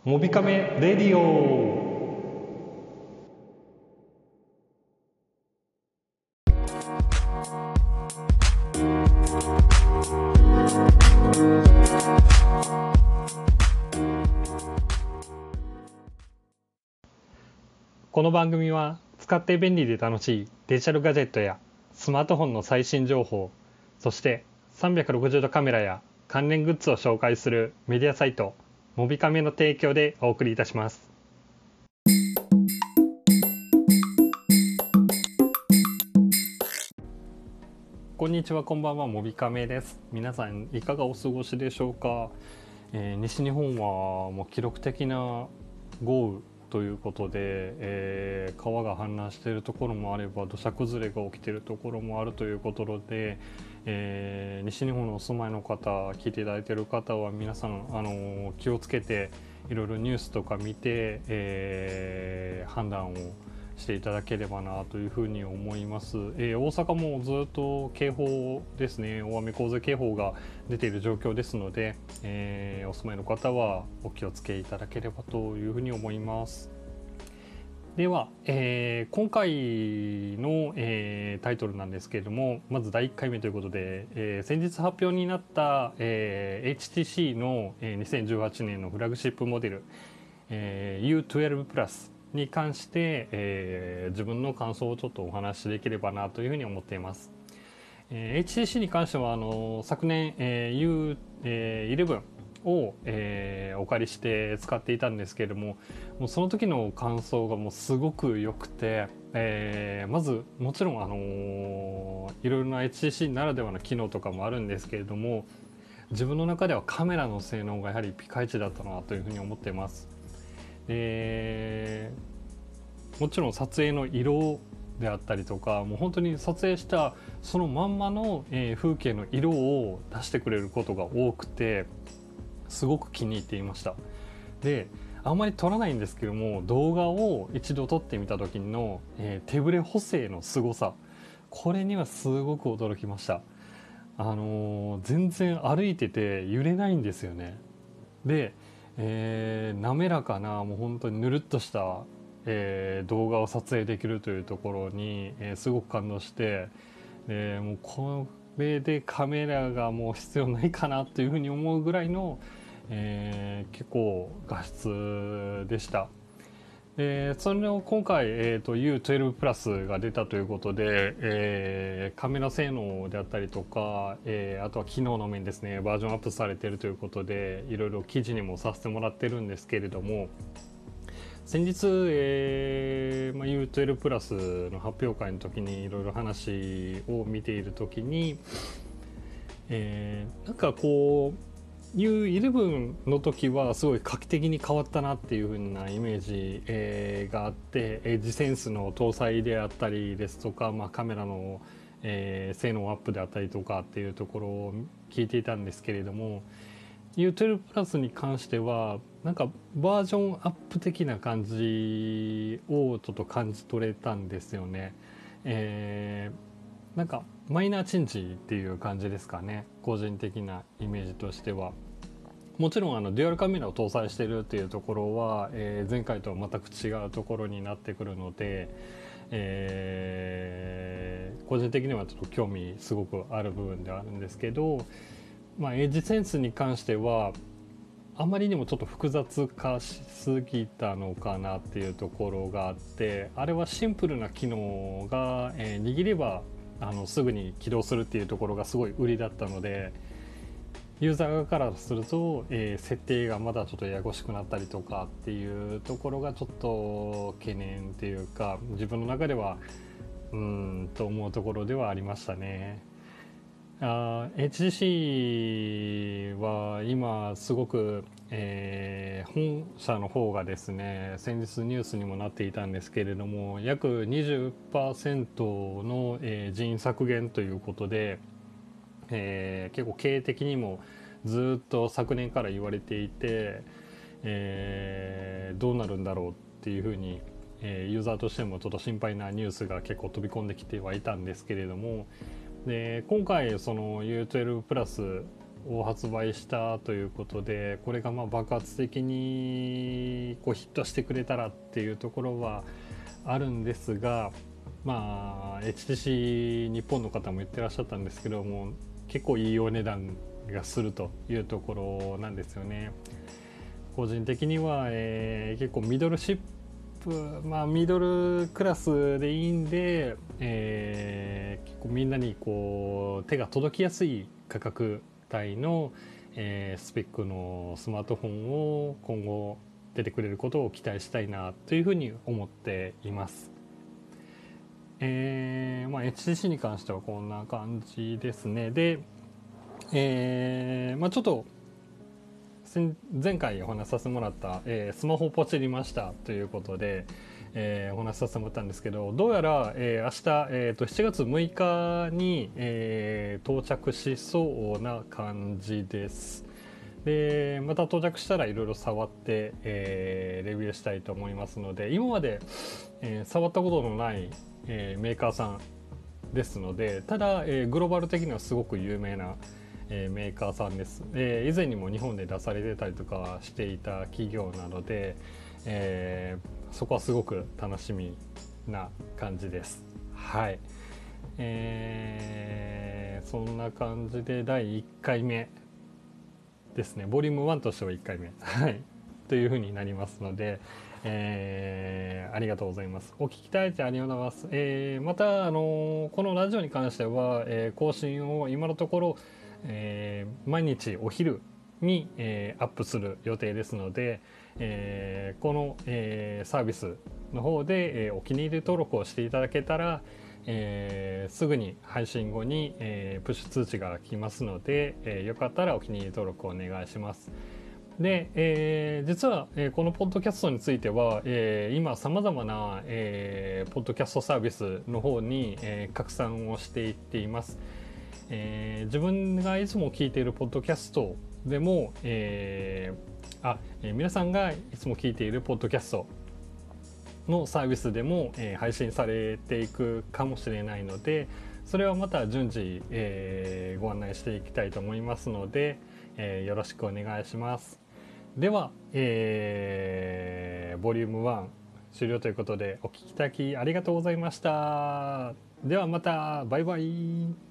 モビカメレディオ。この番組は使って便利で楽しいデジタルガジェットやスマートフォンの最新情報、そして360度カメラや関連グッズを紹介するメディアサイトモビカメの提供でお送りいたします。こんにちは、こんばんは、モビカメです。皆さんいかがお過ごしでしょうか。西日本はもう記録的な豪雨ということで、川が氾濫しているところもあれば土砂崩れが起きているところもあるということで、西日本のお住まいの方、聞いていただいている方は皆さん気をつけていろいろニュースとか見て、判断をしていただければなというふうに思います。大阪もずっと警報ですね、大雨洪水警報が出ている状況ですので、お住まいの方はお気をつけいただければというふうに思います。では、今回の、タイトルなんですけれども、まず第1回目ということで、先日発表になった、HTC の、2018年のフラグシップモデル、U12 プラスに関して、自分の感想をちょっとお話しできればなというふうに思っています。HTC に関しては昨年、U11 を、お借りして使っていたんですけれども、もうその時の感想がもうすごく良くて、まずもちろん、いろいろな HTC ならではの機能とかもあるんですけれども、自分の中ではカメラの性能がやはりピカイチだったなというふうに思っています。もちろん撮影の色であったりとか、もう本当に撮影したそのまんまの、風景の色を出してくれることが多くて、すごく気に入っていました。で、あんまり撮らないんですけども、動画を一度撮ってみた時の、手ブレ補正の凄さ、これにはすごく驚きました。全然歩いてて揺れないんですよね。で、滑らかなもう本当にぬるっとした、動画を撮影できるというところに、すごく感動して、もうこれでカメラがもう必要ないかなというふうに思うぐらいの、結構画質でした。それを今回、U12 プラスが出たということで、カメラ性能であったりとか、あとは機能の面ですね、バージョンアップされているということで、いろいろ記事にもさせてもらってるんですけれども、先日、U12 プラスの発表会の時にいろいろ話を見ている時に、なんかこうU11 の時はすごい画期的に変わったなっていう風なイメージ、があって、エッジセンスの搭載であったりですとか、カメラの、性能アップであったりとかっていうところを聞いていたんですけれども、U12 プラスに関してはなんかバージョンアップ的な感じをちょっと感じ取れたんですよね。なんかマイナーチェンジっていう感じですかね、個人的なイメージとしては。もちろんデュアルカメラを搭載しているっていうところは、前回とは全く違うところになってくるので、個人的にはちょっと興味すごくある部分ではあるんですけど、エッジセンスに関してはあまりにもちょっと複雑化しすぎたのかなっていうところがあって、あれはシンプルな機能が、握ればすぐに起動するっていうところがすごい売りだったので、ユーザー側からすると、設定がまだちょっとややこしくなったりとかっていうところがちょっと懸念っていうか、自分の中ではと思うところではありましたね。HTC は今すごく、本社の方がですね、先日ニュースにもなっていたんですけれども、約 20% の、人員削減ということで、結構経営的にもずっと昨年から言われていて、どうなるんだろうっていうふうに、ユーザーとしてもちょっと心配なニュースが結構飛び込んできてはいたんですけれども、で今回その U12 プラスを発売したということで、これがまあ爆発的にこうヒットしてくれたらっていうところはあるんですが、まあ HTC 日本の方も言ってらっしゃったんですけども、結構いいお値段がするというところなんですよね。個人的には、結構ミドルシップ、まあ、ミドルクラスでいいんで、結構みんなにこう手が届きやすい価格帯の、スペックのスマートフォンを今後出てくれることを期待したいなというふうに思っています。まあ、HTC に関してはこんな感じですね。で、まあ、ちょっと前回お話しさせてもらった、スマホポチりましたということで、お話しさせてもらったんですけど、どうやら、明日、7月6日に、到着しそうな感じです。でまた到着したらいろいろ触って、レビューしたいと思いますので、今まで、触ったことのない、メーカーさんですので、ただ、グローバル的にはすごく有名なメーカーさんです。以前にも日本で出されてたりとかしていた企業なので、そこはすごく楽しみな感じです。はい、そんな感じで第1回目ですね。ボリューム1としては1回目、はい、というふうになりますので、ありがとうございます。お聞きいただいてありがとうございます。また、このラジオに関しては、更新を今のところ、毎日お昼に、アップする予定ですので、この、サービスの方で、お気に入り登録をしていただけたら、すぐに配信後に、プッシュ通知が来ますので、よかったらお気に入り登録をお願いします。で、実は、このポッドキャストについては、今さまざまな、ポッドキャストサービスの方に、拡散をしていっています。自分がいつも聞いているポッドキャストでも、皆さんがいつも聞いているポッドキャストのサービスでも、配信されていくかもしれないので、それはまた順次、ご案内していきたいと思いますので、よろしくお願いします。では、ボリューム1終了ということで、お聞きいただきありがとうございました。ではまた、バイバイ。